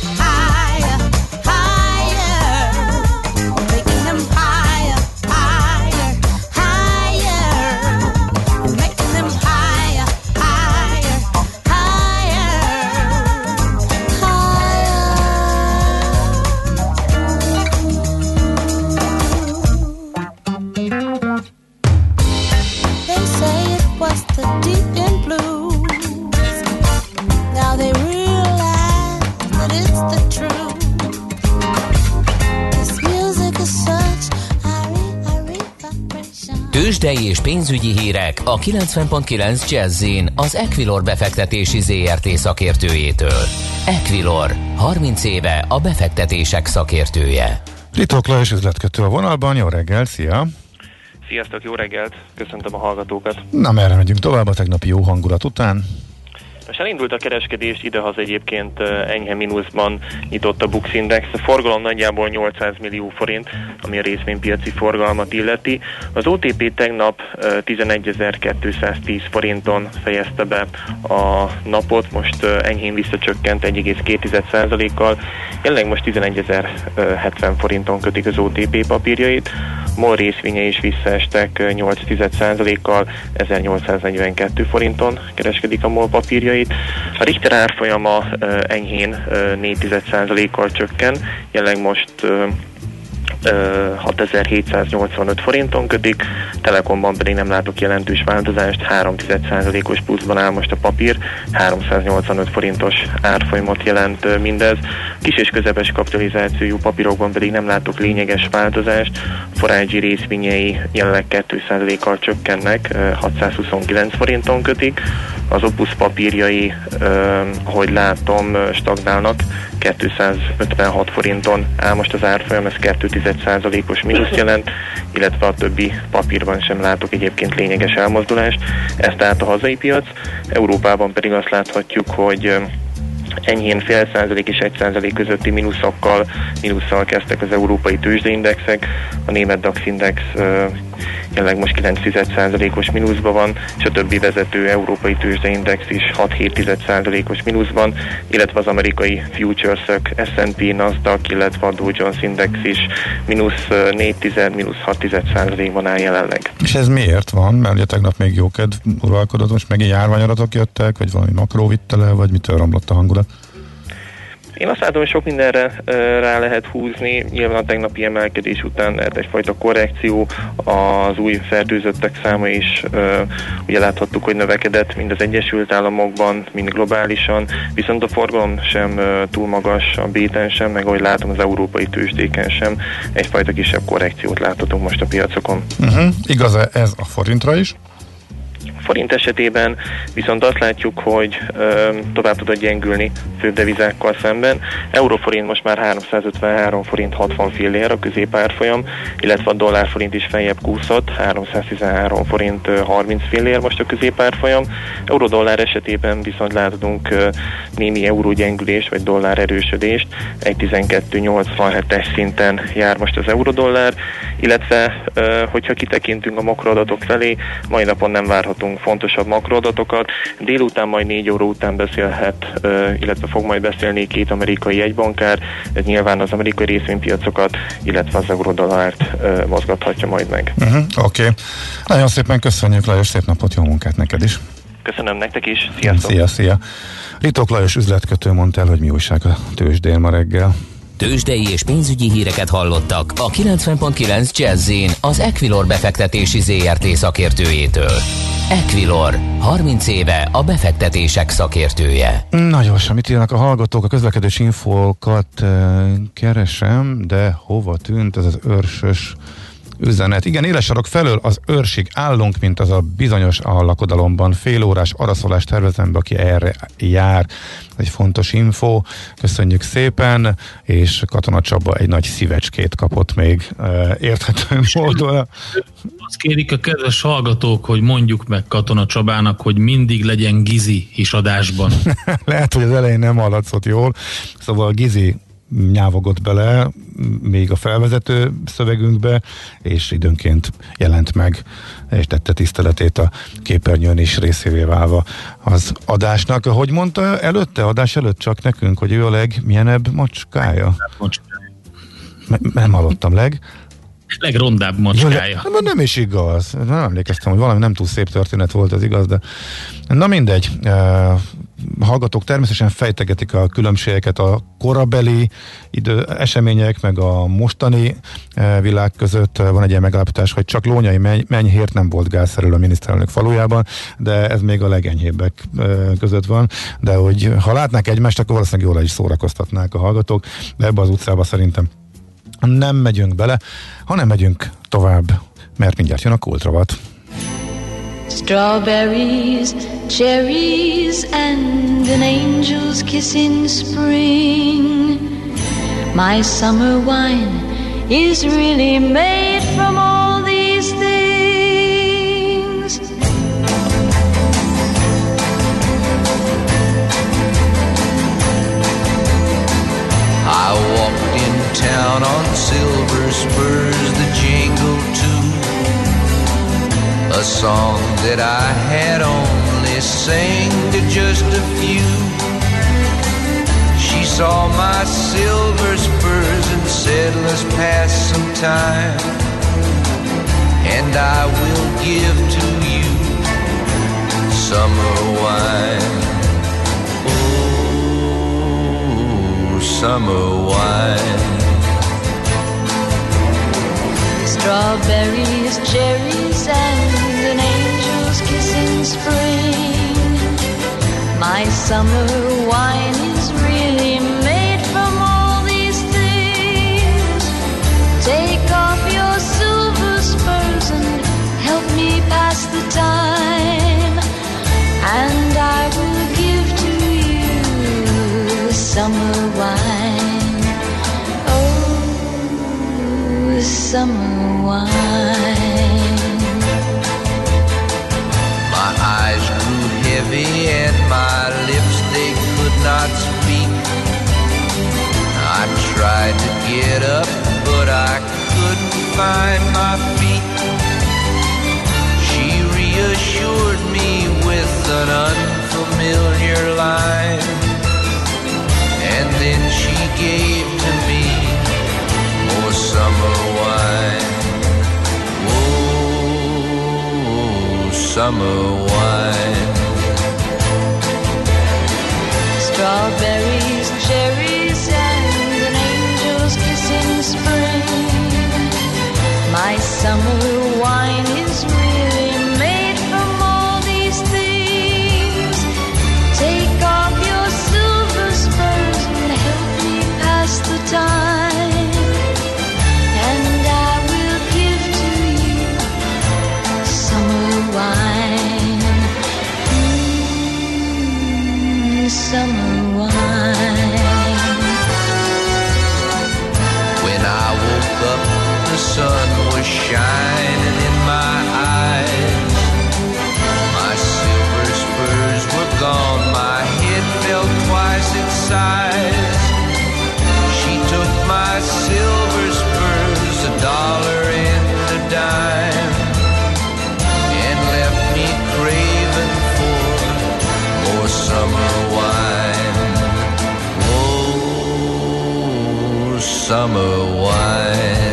Higher, higher, making them higher, higher. Tőzsdei és pénzügyi hírek a kilencven pont kilenc Jazz-in az Equilor befektetési zé er té szakértőjétől. Equilor, harminc éve a befektetések szakértője. Ritók Lajos üzletkötő a vonalban, jó reggel, szia! Sziasztok, jó reggelt, köszöntöm a hallgatókat. Na, merre megyünk tovább a tegnapi jó hangulat után? Most elindult a kereskedés, idehaza egyébként enyhe mínuszban nyitott a Bux Index. A forgalom nagyjából nyolcszáz millió forint, ami a részvénypiaci forgalmat illeti. Az o té pé tegnap tizenegyezer-kétszáztíz forinton fejezte be a napot, most enyhén visszacsökkent egy egész két százalékkal, jelenleg most tizenegyezer-hetven forinton kötik az o té pé papírjait. MOL részvénye is visszaestek nyolc százalékkal, ezernyolcszáznegyvenkettő forinton kereskedik a MOL papírjait. A Richter árfolyama enyhén négy százalékkal csökken, jelenleg most hatezer-hétszáznyolcvanöt forinton kötik, Telekomban pedig nem látok jelentős változást, három százalékos pluszban áll most a papír, háromszáznyolcvanöt forintos árfolyamot jelent mindez. Kis és közepes kapitalizációjú papírokban pedig nem látok lényeges változást, Forágyi részvényei jelenleg két százalékkal csökkennek, hatszázhuszonkilenc forinton kötik, az Opus papírjai, ahogy látom, stagnálnak, kétszázötvenhat forinton áll most az árfolyam, ez két százalékos mínusz jelent, illetve a többi papírban sem látok egyébként lényeges elmozdulást. Ez tehát a hazai piac, Európában pedig azt láthatjuk, hogy enyhén fél százalék és egy százalék közötti mínuszokkal, mínusszal kezdtek az európai tőzsdeindexek, a német DAX index jelenleg most kilenc százalékos mínuszban van, és a többi vezető európai tőzsdeindex is hat-hét százalékos mínuszban, illetve az amerikai futures-ök, es and pé, NASDAQ, illetve a Dow Jones Index is mínusz négy, mínusz hat százalékban áll jelenleg. És ez miért van? Mert ugye tegnap még jókedv uralkodott, most megint járványadatok jöttek, vagy valami makró vitte le, vagy mitől romlott a hangulat? Én azt látom, hogy sok mindenre uh, rá lehet húzni. Nyilván a tegnapi emelkedés után lehet egyfajta korrekció, az új fertőzöttek száma is uh, ugye láthattuk, hogy növekedett mind az Egyesült Államokban, mind globálisan, viszont a forgalom sem uh, túl magas, a béten sem, meg ahogy látom az európai tőzsdéken sem, egyfajta kisebb korrekciót láthatunk most a piacokon. Uh-huh. Igaz ez a forintra is? Forint esetében viszont azt látjuk, hogy ö, tovább tudott gyengülni főbb devizákkal szemben. Euróforint most már háromszázötvenhárom forint hatvan fillér a középárfolyam, illetve a dollárforint is feljebb kúszott, háromszáztizenhárom forint harminc fillér most a középárfolyam. Euró-dollár esetében viszont látunk ö, némi eurógyengülés vagy dollár erősödést, egy tizenkettő nyolcvanhetes szinten jár most az euró-dollár, illetve ö, hogyha kitekintünk a makroadatok felé, mai napon nem várhatunk fontosabb makroadatokat. Délután majd négy óra után beszélhet, illetve fog majd beszélni két amerikai jegybankár, ez nyilván az amerikai részvénypiacokat, illetve az eurodollárt mozgathatja majd meg. Uh-huh, Oké. Okay. Nagyon szépen köszönjük, Lajos, szép napot, jó munkát neked is. Köszönöm nektek is, sziasztok! Szia, szia! Ritók Lajos üzletkötő mondta el, hogy mi újság a tőzsdén ma reggel. Tőzsdei és pénzügyi híreket hallottak a kilencven pont kilenc Jazz-in az Equilor befektetési zé er té szakértőjétől. Equilor, harminc éve a befektetések szakértője. Na gyorsan, mit írnak a hallgatók? A közlekedési infókat uh, keresem, de hova tűnt ez az őrsös üzenet? Igen, élesarok felől az őrsig állunk, mint az a bizonyos a lakodalomban. Fél órás araszolás tervezem be, aki erre jár. Egy fontos info. Köszönjük szépen, és Katona Csaba egy nagy szívecskét kapott még uh, érthető módon. Azt kérik a kedves hallgatók, hogy mondjuk meg Katona Csabának, hogy mindig legyen Gizi is adásban. Lehet, hogy az elején nem hallatszott jól. Szóval Gizi nyávogott bele még a felvezető szövegünkbe, és időnként jelent meg, és tette tiszteletét a képernyőn is részévé válva az adásnak. Hogy mondta előtte, adás előtt csak nekünk, hogy ő a legmilyenebb macskája? M- nem hallottam, leg... legrondább macskája. Ja, nem is igaz. Nem emlékeztem, hogy valami nem túl szép történet volt, az igaz, de na mindegy. Uh, hallgatók természetesen fejtegetik a különbségeket a korabeli idő, események, meg a mostani uh, világ között. Van egy ilyen megállapítás, hogy csak Lónyai menny, mennyhért nem volt gázszerelő a miniszterelnök falujában, de ez még a legenyhébbek uh, között van. De hogy ha látnák egymást, akkor valószínűleg jól is szórakoztatnák a hallgatók, de ebbe az utcába szerintem nem megyünk bele, hanem megyünk tovább mert mindjárt jön a kultrovat. Strawberries, cherries, and an angel's kiss in spring. My summer wine is really made from all these things. I walked in town on silver spurs that jingle too, a song that I had only sang to just a few. She saw my silver spurs and said, let's pass some time, and I will give to you summer wine. Oh, summer wine. Strawberries, cherries, and an angel's kiss in spring. My summer wine is really made from all these things. Take off your silver spurs and help me pass the time, and I will give to you summer wine. Oh, summer wine. My eyes grew heavy and my lips, they could not speak. I tried to get up, but I couldn't find my feet. She reassured me with an unfamiliar line, and then she gave to me more summer wine. Oh, summer wine. Strawberries, cherries, and an angel's kiss in spring. My summer wine is really made from all these things. Take off your silver spurs and help me pass the time, and I will give to you summer wine. Mm, summer wine. When I woke up, the sun was shining in my eyes. My silver spurs were gone, my head fell twice its size. She took my silver spurs, a dollar and a dime, and left me craving for more summer wine. Oh, summer wine.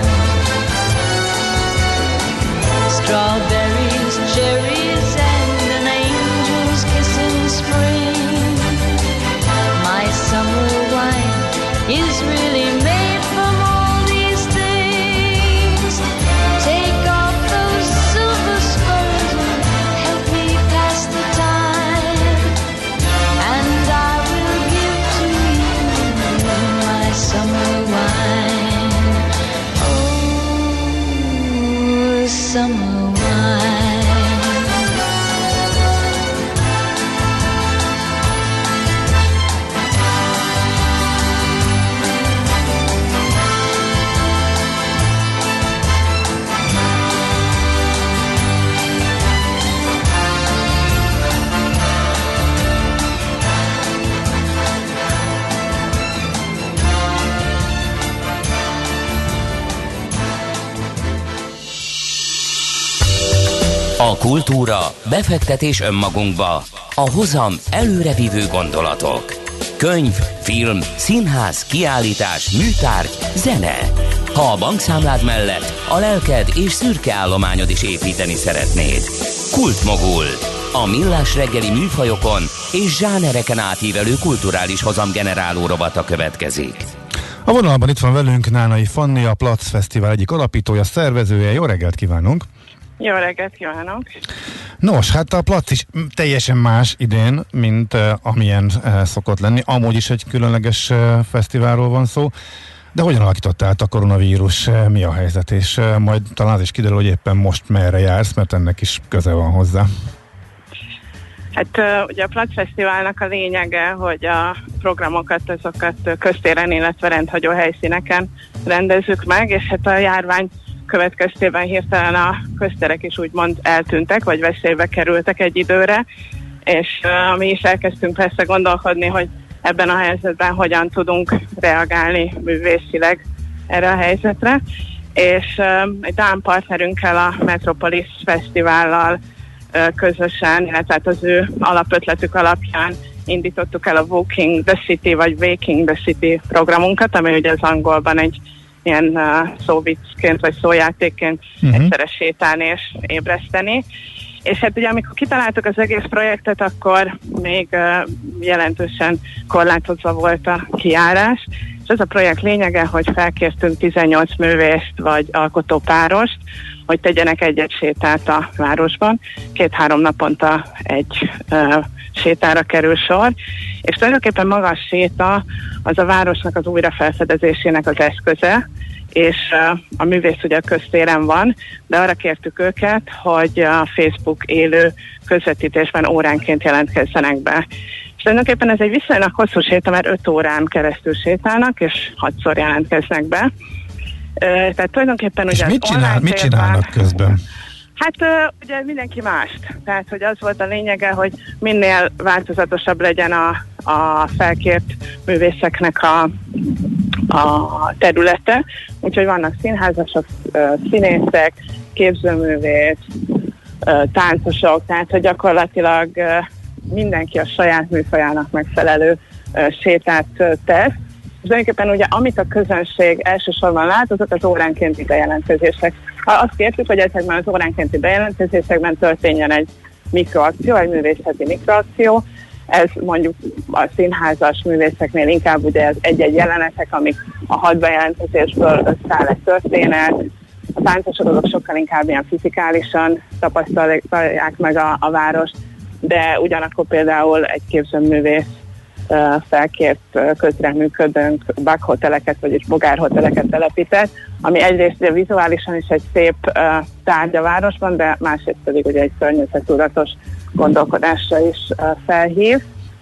Strawberries, cherries, and an angel's kiss in spring. My summer wine is really made from all these things. Take off those silver spurs and help me pass the time, and I will give to you my summer wine. Oh, summer A kultúra, befektetés önmagunkba, a hozam előrevívő gondolatok. Könyv, film, színház, kiállítás, műtárgy, zene. Ha a bankszámlád mellett a lelked és szürke állományod is építeni szeretnéd. Kultmogul. A millás reggeli műfajokon és zsánereken átívelő kulturális hozamgeneráló rovata következik. A vonalban itt van velünk Nánai Fanni, a Platz Fesztivál egyik alapítója, szervezője. Jó reggelt kívánunk! Jó reggelt kívánok! Nos, hát a Platz is teljesen más idén, mint uh, amilyen uh, szokott lenni. Amúgy is egy különleges uh, fesztiválról van szó. De hogyan alakított át a koronavírus, mi a helyzet, és majd talán az is kiderül, hogy éppen most merre jársz, mert ennek is köze van hozzá. Hát ugye a Plac Fesztiválnak a lényege, hogy a programokat, azokat köztéren, illetve rendhagyó helyszíneken rendezzük meg, és hát a járvány következtében hirtelen a közterek is úgymond eltűntek, vagy veszélybe kerültek egy időre, és uh, mi is elkezdtünk persze gondolkodni, hogy ebben a helyzetben hogyan tudunk reagálni művészileg erre a helyzetre, és uh, egy dán partnerünkkel, a Metropolis Fesztivállal uh, közösen, illetve az ő alapötletük alapján indítottuk el a Walking the City, vagy Waking the City programunkat, ami ugye az angolban egy ilyen uh, szóviccként, vagy szójátékként uh-huh. egyszerre sétálni és ébreszteni. És hát ugye amikor kitaláltuk az egész projektet, akkor még uh, jelentősen korlátozva volt a kijárás, és ez a projekt lényege, hogy felkértünk tizennyolc művészt vagy alkotópárost, hogy tegyenek egy-egy sétát a városban. Két-három naponta egy uh, sétára kerül sor, és tulajdonképpen maga a séta az a városnak az újrafelfedezésének az eszköze, és uh, a művész ugye a köztéren van, de arra kértük őket, hogy a Facebook élő közvetítésben óránként jelentkezzenek be. És tulajdonképpen ez egy viszonylag hosszú séta, mert öt órán keresztül sétálnak, és hatszor jelentkeznek be. Uh, tehát tulajdonképpen és ugye mit, csinál, mit csinálnak közben? Hát ugye mindenki mást. Tehát, hogy az volt a lényege, hogy minél változatosabb legyen a, a felkért művészeknek a, a területe. Úgyhogy vannak színházasok, színészek, képzőművész, táncosok, tehát, hogy gyakorlatilag mindenki a saját műfajának megfelelő sétát tesz. És tulajdonképpen ugye, amit a közönség elsősorban lát, azok az óránkénti bejelentkezések. Azt kértük, hogy ezekben az óránkénti bejelentkezésekben történjen egy mikroakció, egy művészeti mikroakció. Ez mondjuk a színházas művészeknél inkább ugye az egy-egy jelenetek, amik a hat bejelentkezésből összeáll egy történet. A táncosok azok sokkal inkább ilyen fizikálisan tapasztalják meg a, a várost, de ugyanakkor például egy képzőművész felkért közreműködőnk bakhoteleket, vagyis bogárhoteleket telepített, ami egyrészt vizuálisan is egy szép uh, tárgy a városban, de másrészt pedig ugye egy környezettudatos gondolkodásra is uh, felhív.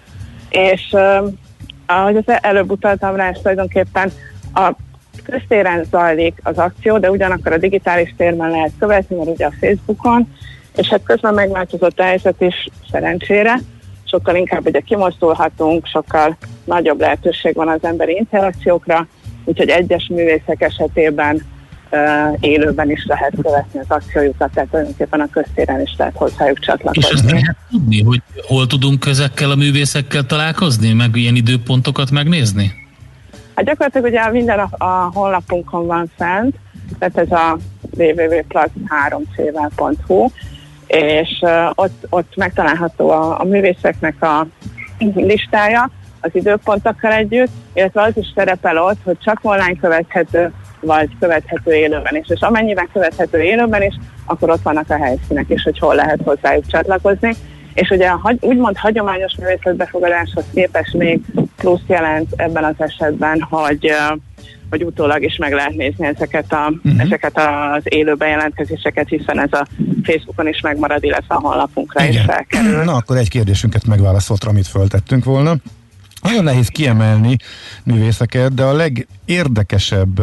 És uh, ahogy az előbb utaltam rá, és tulajdonképpen a köztéren zajlik az akció, de ugyanakkor a digitális térben lehet követni, mert ugye a Facebookon, és hát közben megváltozott a helyzet is szerencsére, sokkal inkább ugye kimozdulhatunk, sokkal nagyobb lehetőség van az emberi interakciókra, úgyhogy egyes művészek esetében uh, élőben is lehet követni az akciójukat, tehát tulajdonképpen a köztéren is lehet hozzájuk csatlakozni. És ezt lehet tudni, hogy hol tudunk ezekkel a művészekkel találkozni, meg ilyen időpontokat megnézni? Hát gyakorlatilag ugye minden a, a honlapunkon van fent, tehát ez a double-u double-u double-u pont három c v pont h u, és uh, ott, ott megtalálható a, a művészeknek a listája az időpontokkal együtt, illetve az is szerepel ott, hogy csak online követhető, vagy követhető élőben is. És amennyiben követhető élőben is, akkor ott vannak a helyszínek is, hogy hol lehet hozzájuk csatlakozni. És ugye a úgymond hagyományos művészetbefogadáshoz képest még plusz jelent ebben az esetben, hogy uh, hogy utólag is meg lehet nézni ezeket, a, uh-huh. ezeket az élő bejelentkezéseket, hiszen ez a Facebookon is megmarad, illetve a honlapunkra igen. is felkerül. Na, akkor egy kérdésünket megválaszoltra, amit föltettünk volna. Nagyon nehéz kiemelni művészeket, de a legérdekesebb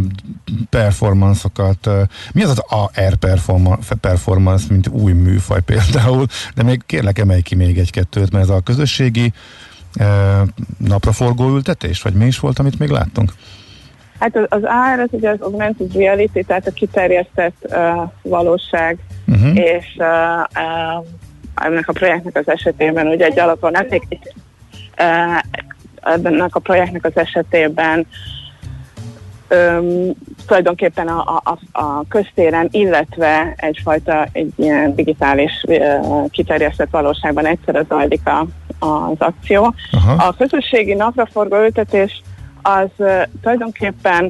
performancokat, mi az az á er performance, mint új műfaj például, de még kérlek emelj ki még egy-kettőt, mert ez a közösségi napraforgó ültetés, vagy mi is volt, amit még láttunk? Hát az, az á er, az ugye az augmented reality, tehát a kiterjesztett uh, valóság, uh-huh. és uh, uh, ennek a projektnek az esetében ugye egy alapon, hát egy, uh, ennek a projektnek az esetében um, tulajdonképpen a, a, a köztéren, illetve egyfajta egy ilyen digitális uh, kiterjesztett valóságban egyszerre zajlik a, az akció. Aha. A közösségi napraforgó ültetés az uh, tulajdonképpen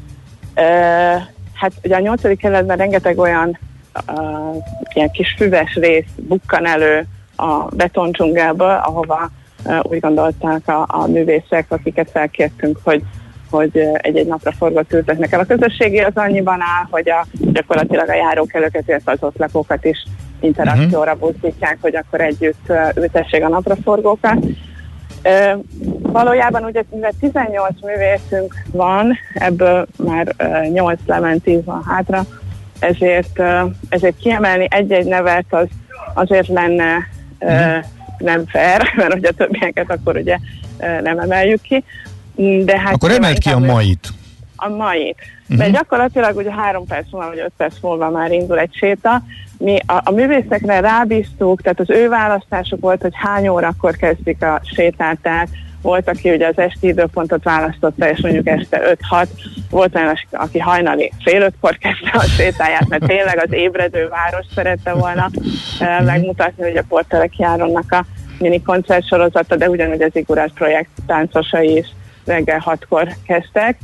uh, hát ugye a nyolcadik kerületben rengeteg olyan uh, ilyen kis füves rész bukkan elő a betondzsungelből, ahova uh, úgy gondolták a, a művészek, akiket felkértünk, hogy hogy egy-egy napra forgott ültetnek el. A közösségi az annyiban áll, hogy a, gyakorlatilag a járókelőket, illetve az ott lakókat is interakcióra buzdítják, hogy akkor együtt ültessék a napraforgókat. E, valójában ugye tizennyolc művészünk van, ebből már nyolc lement, tíz van hátra, ezért, ezért kiemelni egy-egy nevet az azért lenne e, nem fair, mert ugye a többieket akkor ugye nem emeljük ki. De hát akkor emeld ki a mait. A mait. Uh-huh. De gyakorlatilag ugye három perc múlva, vagy öt perc múlva már indul egy séta. Mi a, a művészekre rábíztuk, tehát az ő választásuk volt, hogy hány órakor kezdik a sétát, tehát volt, aki ugye az esti időpontot választotta, és mondjuk este öt-hat, volt olyan, aki hajnali fél ötkor kezdte a sétáját, mert tényleg az ébredő város szerette volna uh, megmutatni, hogy a Portelek Járonnak a mini koncertsorozata, de ugyanúgy az Igurás projekt táncosai is reggel hatkor kezdtek.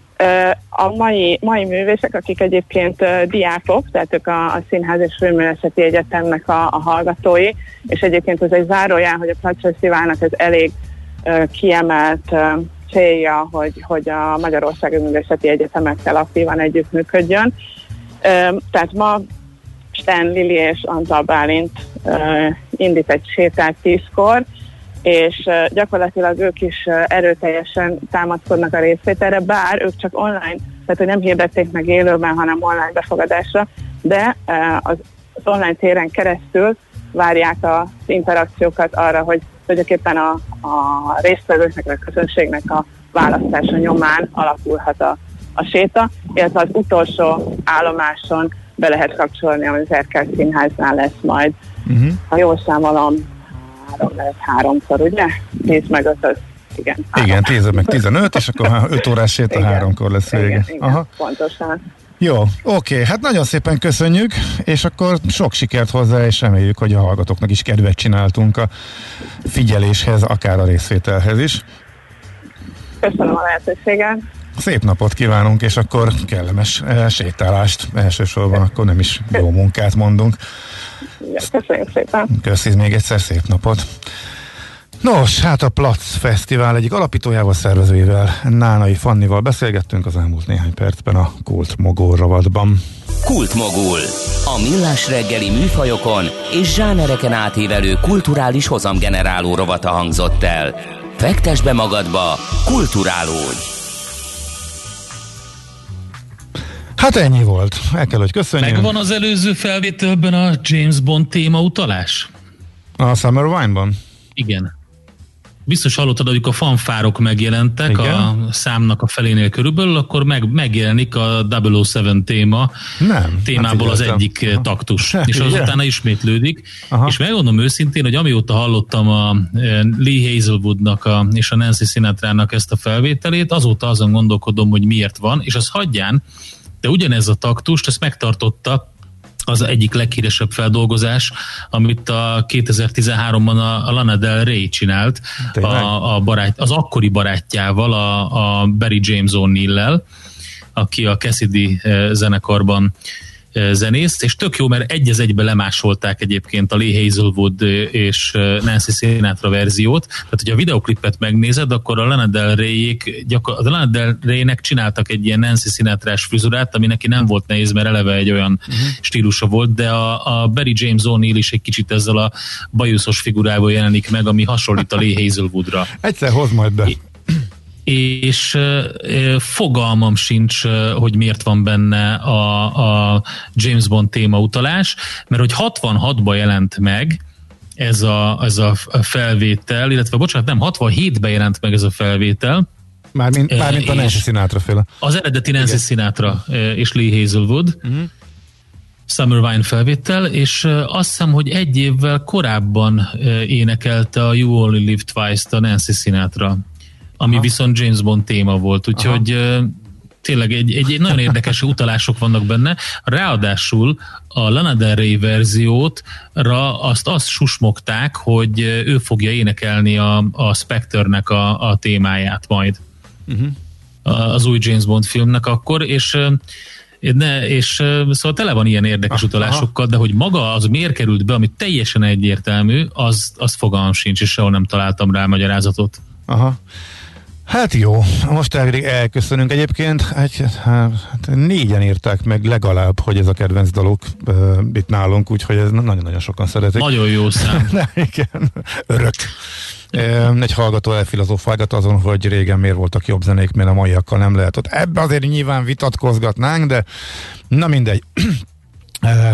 A mai, mai művészek, akik egyébként diákok, tehát ők a, a Színház és Filmművészeti Egyetemnek a, a hallgatói, és egyébként ez egy zárójel, hogy a Plac Fesztiválnak ez elég uh, kiemelt uh, célja, hogy, hogy a Magyarországi Művészeti Egyetemekkel aktívan együttműködjön. Uh, tehát ma Sten, Lili és Antal Bálint uh, indít egy sétát tízkor, és uh, gyakorlatilag ők is uh, erőteljesen támaszkodnak a részvételre, bár ők csak online, tehát hogy nem hirdették meg élőben, hanem online befogadásra, de uh, az, az online téren keresztül várják az interakciókat arra, hogy tulajdonképpen a, a résztvevőknek, a közönségnek a választása nyomán alakulhat a, a séta, illetve az utolsó állomáson be lehet kapcsolni, ami az Erkel Színháznál lesz majd. Uh-huh. Ha jól számolom, három, háromkor, ugye? tíz meg öt, az, igen. Igen, tíz meg tizenöt, és akkor öt órás séta igen, háromkor lesz vége. Igen, igen, aha. Pontosan. Jó, oké, hát nagyon szépen köszönjük, és akkor sok sikert hozzá, és reméljük, hogy a hallgatóknak is kedvet csináltunk a figyeléshez, akár a részvételhez is. Köszönöm a lehetőséget. Szép napot kívánunk, és akkor kellemes eh, sétálást. Elsősorban akkor nem is jó munkát mondunk. Köszönjük szépen. Köszi még egyszer, szép napot. Nos, hát a Plac Fesztivál egyik alapítójával, szervezőjével, Nánai Fannival beszélgettünk az elmúlt néhány percben a Kult Mogul rovatban. Kult Mogul. A millás reggeli műfajokon és zsánereken átívelő kulturális hozamgeneráló rovata hangzott el. Fektesd be magadba, kulturálódj! Hát ennyi volt. El kell, hogy köszönjön. Megvan az előző felvételben a James Bond téma utalás? A Summer Wine-ban? Igen. Biztos hallottad, hogy a fanfárok megjelentek, igen, a számnak a felénél körülbelül, akkor meg, megjelenik a double oh seven téma, nem, témából hát az egyik aha. taktus. És az utána ismétlődik. Aha. És megmondom őszintén, hogy amióta hallottam a Lee Hazelwoodnak a, és a Nancy Sinatrának ezt a felvételét, azóta azon gondolkodom, hogy miért van, és az hagyján, de ugyanez a taktust, ezt megtartotta az egyik leghíresebb feldolgozás, amit a kétezer-tizenháromban a, a Lana Del Rey csinált, a, a barát, az akkori barátjával, a, a Barry James O'Neill-lel, aki a Cassidy zenekarban zenészt, és tök jó, mert egy az egybe lemásolták egyébként a Lee Hazelwood és Nancy Sinatra verziót, tehát hogyha a videoklipet megnézed, akkor a Lana Del Rey-ék, gyakor- a Lana Del Rey-nek csináltak egy ilyen Nancy Sinatrás frizurát, ami neki nem volt nehéz, mert eleve egy olyan uh-huh. stílusa volt, de a, a Barry James O'Neill is egy kicsit ezzel a bajuszos figurával jelenik meg, ami hasonlít a Lee Hazelwoodra. Egyszer hoz majd be. És uh, fogalmam sincs, uh, hogy miért van benne a, a James Bond téma utalás, mert hogy hatvanhatban jelent meg ez a, ez a felvétel, illetve bocsánat, nem, hatvanhétben jelent meg ez a felvétel. Mármint, mármint a Nancy Sinatra féle. Az eredeti Nancy Sinatra és Lee Hazelwood. Uh-huh. Summer Wine felvétel, és uh, azt hiszem, hogy egy évvel korábban uh, énekelte a You Only Live Twice-t a Nancy Sinatra, ami aha. viszont James Bond téma volt, úgyhogy uh, tényleg egy, egy, egy nagyon érdekes utalások vannak benne. Ráadásul a Lana Del Rey verziótra azt, azt susmogták, hogy ő fogja énekelni a, a Spectre-nek a, a témáját majd. Uh-huh. Az új James Bond filmnek akkor, és Ne, és szóval tele van ilyen érdekes ah, utalásokkal, aha. de hogy maga az miért került be, ami teljesen egyértelmű, az, az fogalmam sincs, és sehol nem találtam rá magyarázatot. Aha. Hát jó, most elvileg elköszönünk. Egyébként egy, hát, négyen írták meg legalább, hogy ez a kedvenc daluk uh, itt nálunk, úgyhogy ez nagyon-nagyon sokan szeretik. Nagyon jó szám. De, igen, örök. Uh, egy hallgató elfilozófálgat azon, hogy régen miért voltak jobb zenék, mert a maiakkal nem lehet. Ott ebbe azért nyilván vitatkozgatnánk, de na mindegy. uh,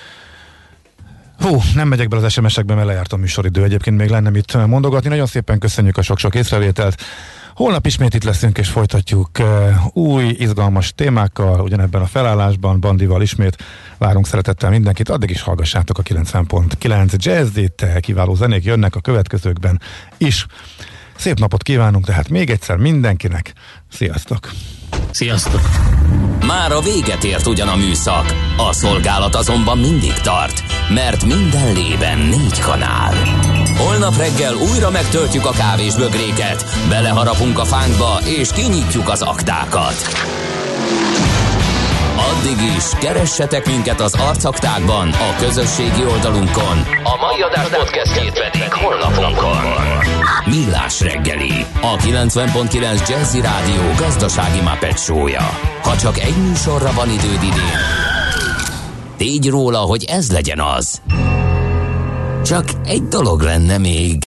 Hú, nem megyek bele az es em es-ekbe, mert lejárt a műsoridő. Egyébként még lenne mit mondogatni. Nagyon szépen köszönjük a sok-sok észrevételt. Holnap ismét itt leszünk és folytatjuk uh, új, izgalmas témákkal, ugyanebben a felállásban, Bandival ismét. Várunk szeretettel mindenkit, addig is hallgassátok a kilencven pont kilenc Jazzit, kiváló zenék jönnek a következőkben is. Szép napot kívánunk, tehát még egyszer mindenkinek. Sziasztok! Sziasztok! Már a véget ért ugyan a műszak, a szolgálat azonban mindig tart, mert minden lében négy kanál. Holnap reggel újra megtöltjük a kávésbögréket, beleharapunk a fánkba és kinyitjuk az aktákat. Addig is keressetek minket az arcaktákban, a közösségi oldalunkon, a mai adás podcastjét pedig honlapunkon. Millás reggeli, a kilencven pont kilenc Jazzy Rádió gazdasági Muppet show-ja. Ha csak egy műsorra van időd idén, tégy róla, hogy ez legyen az. Csak egy dolog lenne még.